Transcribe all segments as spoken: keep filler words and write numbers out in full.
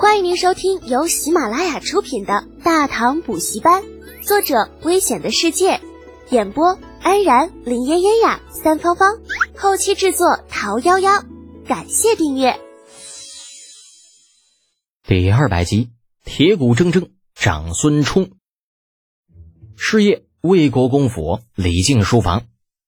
欢迎您收听由喜马拉雅出品的《大唐补习班》，作者危险的世界，演播安然、林嫣嫣呀、三芳芳，后期制作桃夭夭。感谢订阅。 第二百集，铁骨铮铮长孙冲。是夜，魏国公府李靖书房。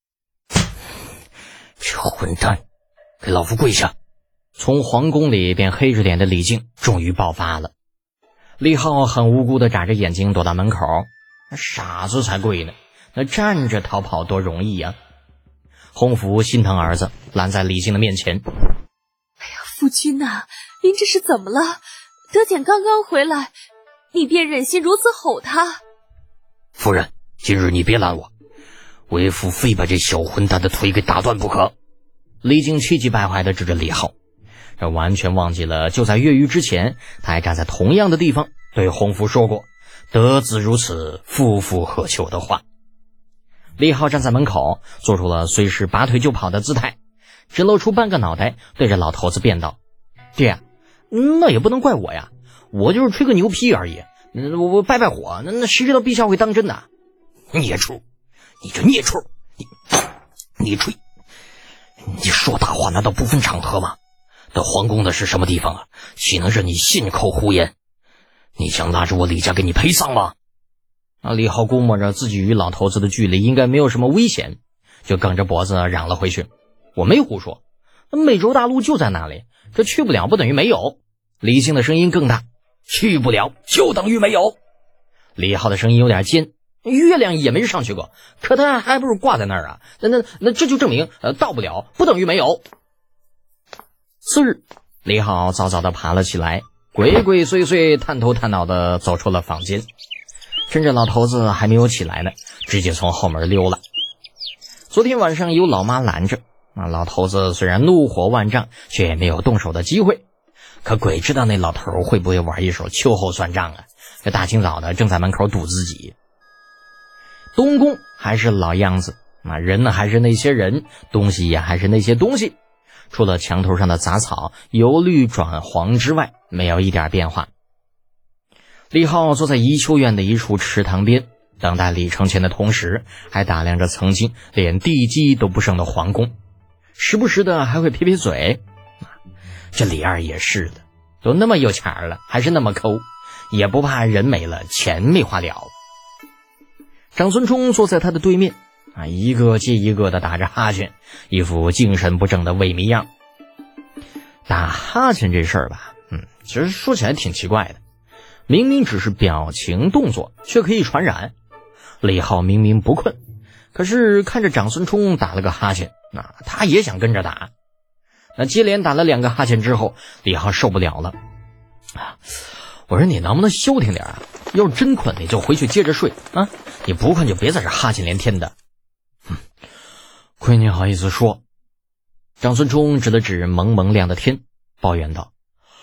这混蛋，给老夫跪下！ 从皇宫里便黑着脸的李靖终于爆发了。李浩很无辜地眨着眼睛躲到门口，傻子才跪呢，那站着逃跑多容易呀、啊！洪福心疼儿子，拦在李靖的面前。 哎呀，夫君呐、啊，您这是怎么了？德简刚刚回来，你便忍心如此吼他？ 夫人，今日你别拦我，为父非把这小混蛋的腿给打断不可。 李靖气急败坏地指着李浩，这完全忘记了就在越狱之前，他还站在同样的地方对洪福说过得子如此，夫复何求的话。李浩站在门口，做出了随时拔腿就跑的姿态，只露出半个脑袋，对着老头子辩道：爹，那也不能怪我呀，我就是吹个牛皮而已，我我拜拜火，那那谁知道陛下会当真的？ 孽畜，你这孽畜，你你吹，你说大话难道不分场合吗？这皇宫的是什么地方啊？岂能任你信口胡言？你想拉着我李家给你陪葬吗？ 啊！李浩估摸着自己与老头子的距离应该没有什么危险，就梗着脖子嚷了回去：我没胡说，美洲大陆就在那里，这去不了不等于没有。李靖的声音更大： 去不了就等于没有。 李浩的声音有点尖：月亮也没上去过，可他还不是挂在那儿啊？那那那这就证明呃到不了不等于没有。次日，李浩早早地爬了起来，鬼鬼祟祟探头探脑地走出了房间，趁着老头子还没有起来呢，直接从后门溜了。昨天晚上有老妈拦着，那老头子虽然怒火万丈，却也没有动手的机会。可鬼知道那老头会不会玩一手秋后算账啊？这大清早的正在门口堵自己。东宫还是老样子，那人呢还是那些人，东西也还是那些东西，除了墙头上的杂草由绿转黄之外，没有一点变化。李浩坐在怡秋院的一处池塘边，等待李承前的同时，还打量着曾经连地基都不剩的皇宫，时不时的还会撇撇嘴。这李二也是的，都那么有钱了，还是那么抠，也不怕人没了钱没花了。长孙冲坐在他的对面啊，一个接一个的打着哈欠，一副精神不正的萎靡样。打哈欠这事儿吧，嗯，其实说起来挺奇怪的，明明只是表情动作，却可以传染。李浩明明不困，可是看着长孙冲打了个哈欠，那他也想跟着打。那接连打了两个哈欠之后，李浩受不了了啊！我说你能不能消停点啊？要是真困，你就回去接着睡啊！你不困就别在这哈欠连天的。哼，亏你好意思说。长孙冲指了指蒙蒙亮的天，抱怨道：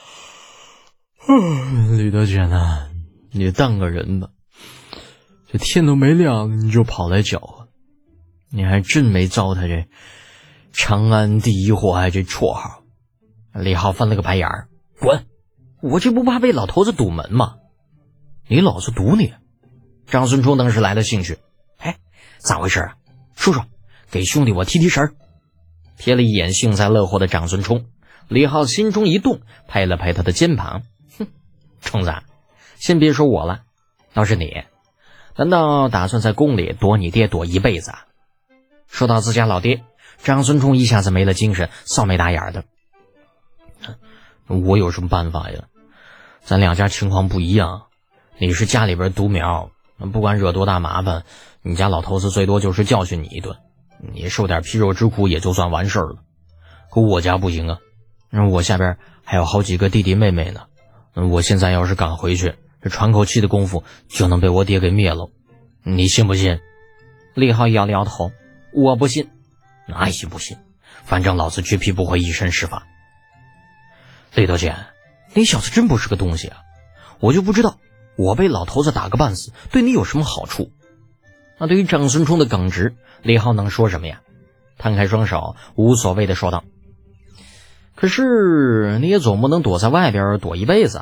李德简啊，你当个人吧，这天都没亮你就跑来搅和，你还真没糟蹋这长安第一祸害这绰号。李浩翻了个白眼儿：滚！我这不怕被老头子堵门吗？你老子堵你！长孙冲当时来了兴趣：哎，咋回事啊？说说，给兄弟我提提神。瞥了一眼幸灾乐祸的长孙冲，李浩心中一动，拍了拍他的肩膀：哼，冲子，先别说我了，倒是你，难道打算在宫里躲你爹躲一辈子啊？说到自家老爹，长孙冲一下子没了精神，臊眉打眼的。我有什么办法呀？咱两家情况不一样，你是家里边独苗，不管惹多大麻烦，你家老头子最多就是教训你一顿，你受点皮肉之苦也就算完事儿了。可我家不行啊，我下边还有好几个弟弟妹妹呢，我现在要是赶回去，这喘口气的功夫就能被我爹给灭了，你信不信？李浩摇了摇头：我不信。那也不信，反正老子绝皮不会以身试法。李德简，你小子真不是个东西啊！我就不知道我被老头子打个半死对你有什么好处。那对于长孙冲的耿直，李浩能说什么呀？摊开双手无所谓的说道：可是你也总不能躲在外边躲一辈子啊，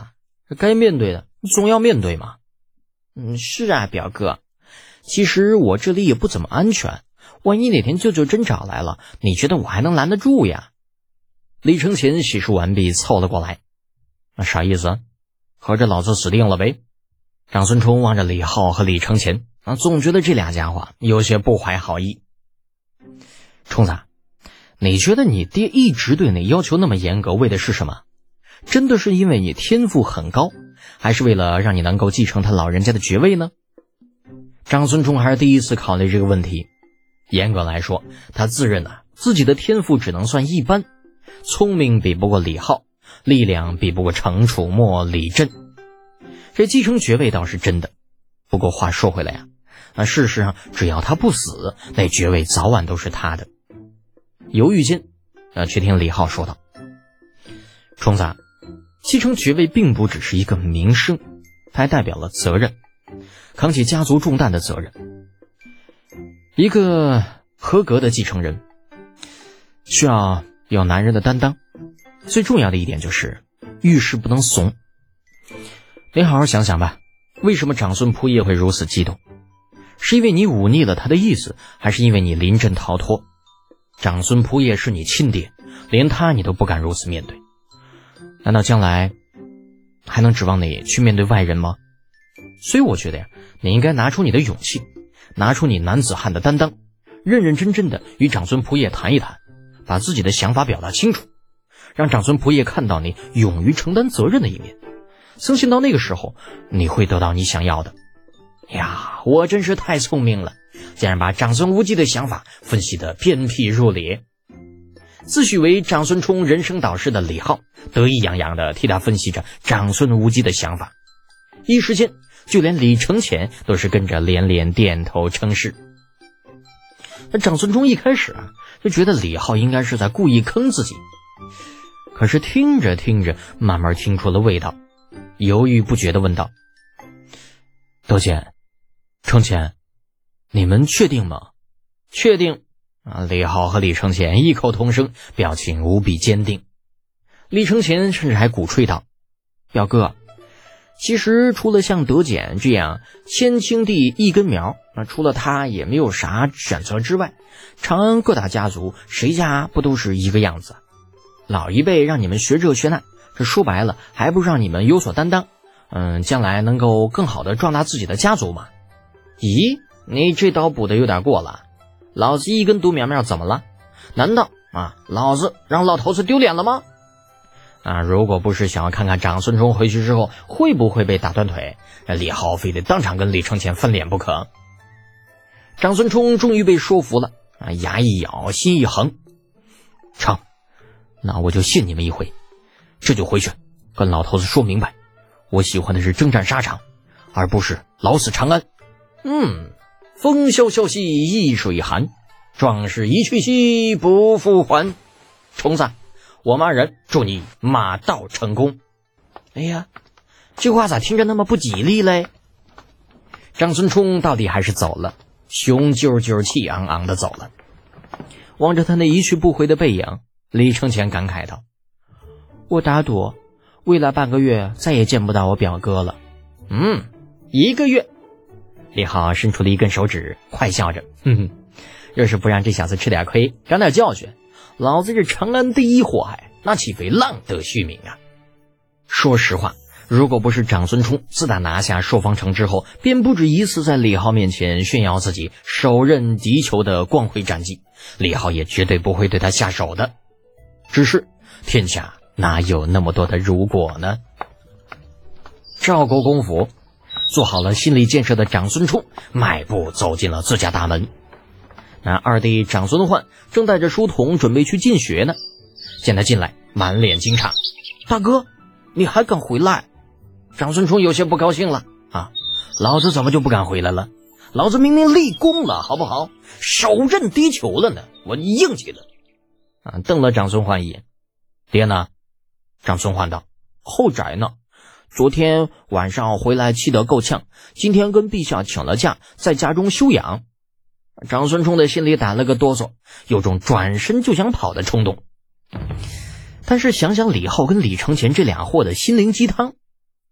该面对的总要面对嘛。嗯，是啊，表哥，其实我这里也不怎么安全，万一哪天舅舅真找来了，你觉得我还能拦得住呀？李承前洗漱完毕，凑了过来。那啥意思？合着老子死定了呗？长孙冲望着李浩和李承前，啊，总觉得这俩家伙有些不怀好意。冲子，你觉得你爹一直对你要求那么严格，为的是什么？真的是因为你天赋很高，还是为了让你能够继承他老人家的爵位呢？长孙冲还是第一次考虑这个问题。严格来说，他自认啊自己的天赋只能算一般，聪明比不过李浩，力量比不过程楚墨、李振。这继承爵位倒是真的，不过话说回来呀、啊，事实上只要他不死，那爵位早晚都是他的。犹豫间，啊，却听李浩说道：“冲子，继承爵位并不只是一个名声，它还代表了责任，扛起家族重担的责任。一个合格的继承人需要有男人的担当，最重要的一点就是遇事不能怂。你好好想想吧，为什么长孙仆夜会如此激动？是因为你忤逆了他的意思，还是因为你临阵逃脱？长孙仆夜是你亲爹，连他你都不敢如此面对，难道将来还能指望你去面对外人吗？所以我觉得呀，你应该拿出你的勇气，拿出你男子汉的担当，认认真真的与长孙仆夜谈一谈，把自己的想法表达清楚，让长孙仆夜看到你勇于承担责任的一面。相信到那个时候，你会得到你想要的。呀，我真是太聪明了，竟然把长孙无忌的想法分析得鞭辟入里。自诩为长孙冲人生导师的李浩得意洋洋地替他分析着长孙无忌的想法，一时间就连李承前都是跟着连连点头称是。那长孙冲一开始啊就觉得李浩应该是在故意坑自己，可是听着听着慢慢听出了味道，犹豫不决地问道：德简、承前，你们确定吗？确定啊！李浩和李承前异口同声，表情无比坚定。李承前甚至还鼓吹道：表哥，其实除了像德简这样千顷地一根苗，那除了他也没有啥选择之外，长安各大家族谁家不都是一个样子？老一辈让你们学这学那，这说白了还不让你们有所担当，嗯，将来能够更好的壮大自己的家族嘛。咦，你这刀补的有点过了，老子一根独苗苗怎么了？难道啊老子让老头子丢脸了吗？啊，如果不是想要看看长孙冲回去之后会不会被打断腿，李浩非得当场跟李承前翻脸不可。长孙冲终于被说服了，啊，牙一咬，心一横，成，那我就信你们一回，这就回去跟老头子说明白，我喜欢的是征战沙场，而不是老死长安。嗯，风萧萧兮易水寒，壮士一去兮不复还。虫子，我们二人祝你马到成功。哎呀，这话咋听着那么不吉利嘞？长孙冲到底还是走了，雄赳赳气昂昂的走了。望着他那一去不回的背影，李承前感慨道：我打赌未来半个月再也见不到我表哥了。嗯，一个月。李浩伸出了一根手指，快笑着，哼哼，若是不让这小子吃点亏，长点教训，老子是长安第一祸害，那岂非浪得虚名啊？说实话，如果不是长孙冲自打拿下朔方城之后，便不止一次在李浩面前炫耀自己手刃敌酋的光辉战绩，李浩也绝对不会对他下手的。只是天下哪有那么多的如果呢？赵国公府，做好了心理建设的长孙冲迈步走进了自家大门。那二弟长孙焕正带着书童准备去进学呢，见他进来满脸惊诧：大哥，你还敢回来？长孙冲有些不高兴了啊，老子怎么就不敢回来了？老子明明立功了好不好？手刃敌酋了呢，我硬气了啊！瞪了长孙焕一眼。爹呢？长孙焕道：后宅呢，昨天晚上回来气得够呛，今天跟陛下请了假，在家中休养。长孙冲的心里打了个哆嗦，有种转身就想跑的冲动。但是想想李浩跟李承前这俩货的心灵鸡汤，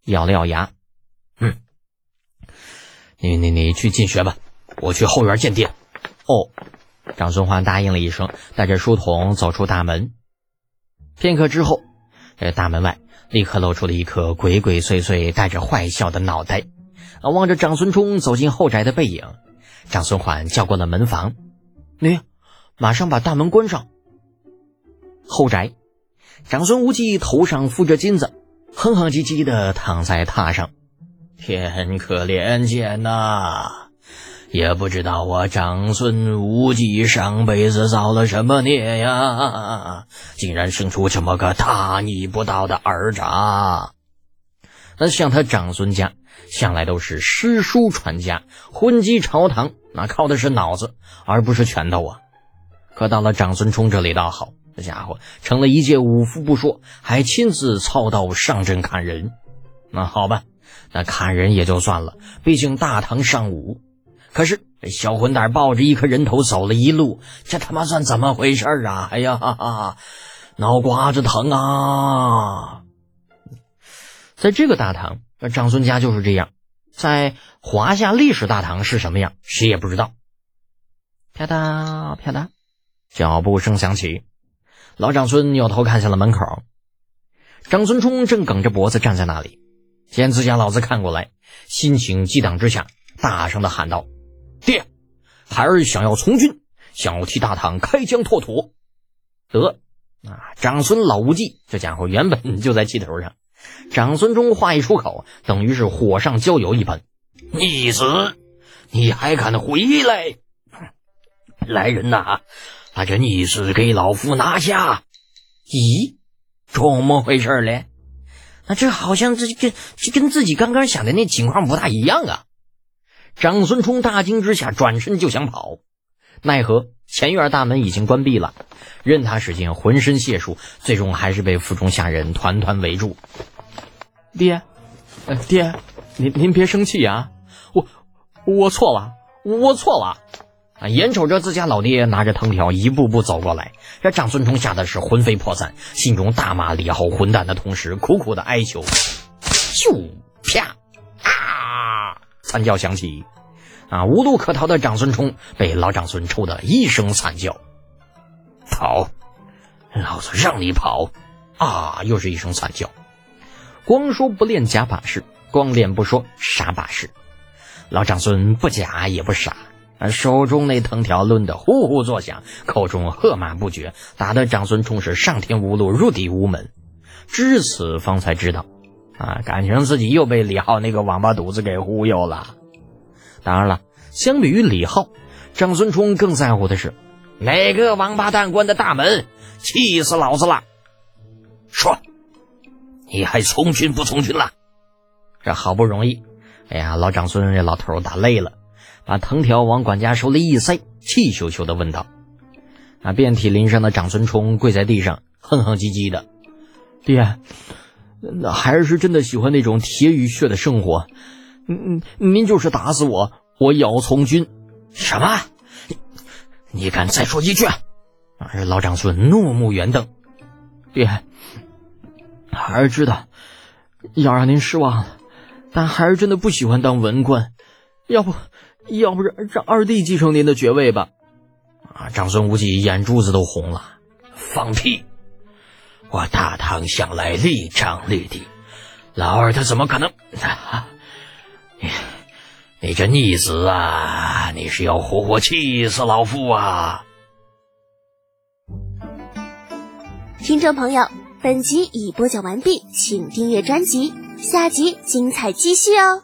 咬了咬牙， 嗯，你你你去进学吧，我去后院见爹。 哦，长孙环答应了一声，带着书童走出大门。片刻之后，这大门外立刻露出了一颗鬼鬼祟祟带着坏笑的脑袋，望着长孙冲走进后宅的背影，长孙环叫过了门房，你马上把大门关上。后宅，长孙无忌头上附着金子，哼哼唧唧地躺在榻上。 天可怜见呐，也不知道我长孙无忌上辈子造了什么孽呀，竟然生出这么个大逆不道的儿子。 那像他长孙家向来都是诗书传家，混迹朝堂，那靠的是脑子而不是拳头啊。可到了长孙冲这里倒好，这家伙成了一介武夫不说，还亲自操刀上阵砍人。那好吧，那砍人也就算了，毕竟大堂上午。可是这小混蛋抱着一颗人头走了一路，这他妈算怎么回事啊？哎呀哈哈，脑瓜子疼啊！在这个大堂，长孙家就是这样，在华夏历史大堂是什么样，谁也不知道。啪嗒啪嗒，脚步声响起，老长孙扭头看向了门口。长孙冲正梗着脖子站在那里，见自家老子看过来，心情激荡之下，大声地喊道：爹，孩儿想要从军，想要替大唐开疆拓土。得啊，长孙老无忌这家伙原本就在气头上，长孙冲话一出口，等于是火上浇油一般。 逆子，你还敢回来？来人呐，把这逆子给老夫拿下！ 咦，怎么回事嘞？那这好像这跟这跟自己刚刚想的那情况不大一样啊！长孙冲大惊之下转身就想跑，奈何前院大门已经关闭了，任他使尽浑身解数，最终还是被府中下人团团围住。爹，呃，爹，您您别生气啊，我我错了，我错了。啊！眼瞅着自家老爹拿着藤条一步步走过来，这长孙冲吓得是魂飞魄散，心中大骂李浩混蛋的同时，苦苦的哀求。咻啪啊！惨叫响起，啊！无路可逃的长孙冲被老长孙抽得一声惨叫。 跑，老子让你跑！ 啊！又是一声惨叫。光说不练假把式，光练不说傻把式。老长孙不假也不傻。手中那藤条抡得呼呼作响，口中喝骂不绝，打得长孙冲是上天无路入地无门。至此方才知道啊，感情自己又被李浩那个王八犊子给忽悠了。当然了，相比于李浩，长孙冲更在乎的是哪个王八蛋关的大门，气死老子了。 说，你还从军不从军了？ 这好不容易，哎呀，老长孙这老头打累了，把藤条往管家手里一塞，气咻咻地问道。啊，遍体鳞伤的长孙冲跪在地上，哼哼唧唧的：爹，那孩儿是真的喜欢那种铁与血的生活，嗯嗯，您就是打死我，我也要从军。 什么？你你敢再说一句？啊， 老长孙怒目圆瞪。爹，孩儿知道要让您失望了，但孩儿真的不喜欢当文官，要不要不让让二弟继承您的爵位吧。啊！长孙无忌眼珠子都红了。 放屁！我大唐向来立章立地，老二他怎么可能？啊、你你这逆子啊！你是要活活气死老夫啊！ 听众朋友，本集已播讲完毕，请订阅专辑，下集精彩继续哦。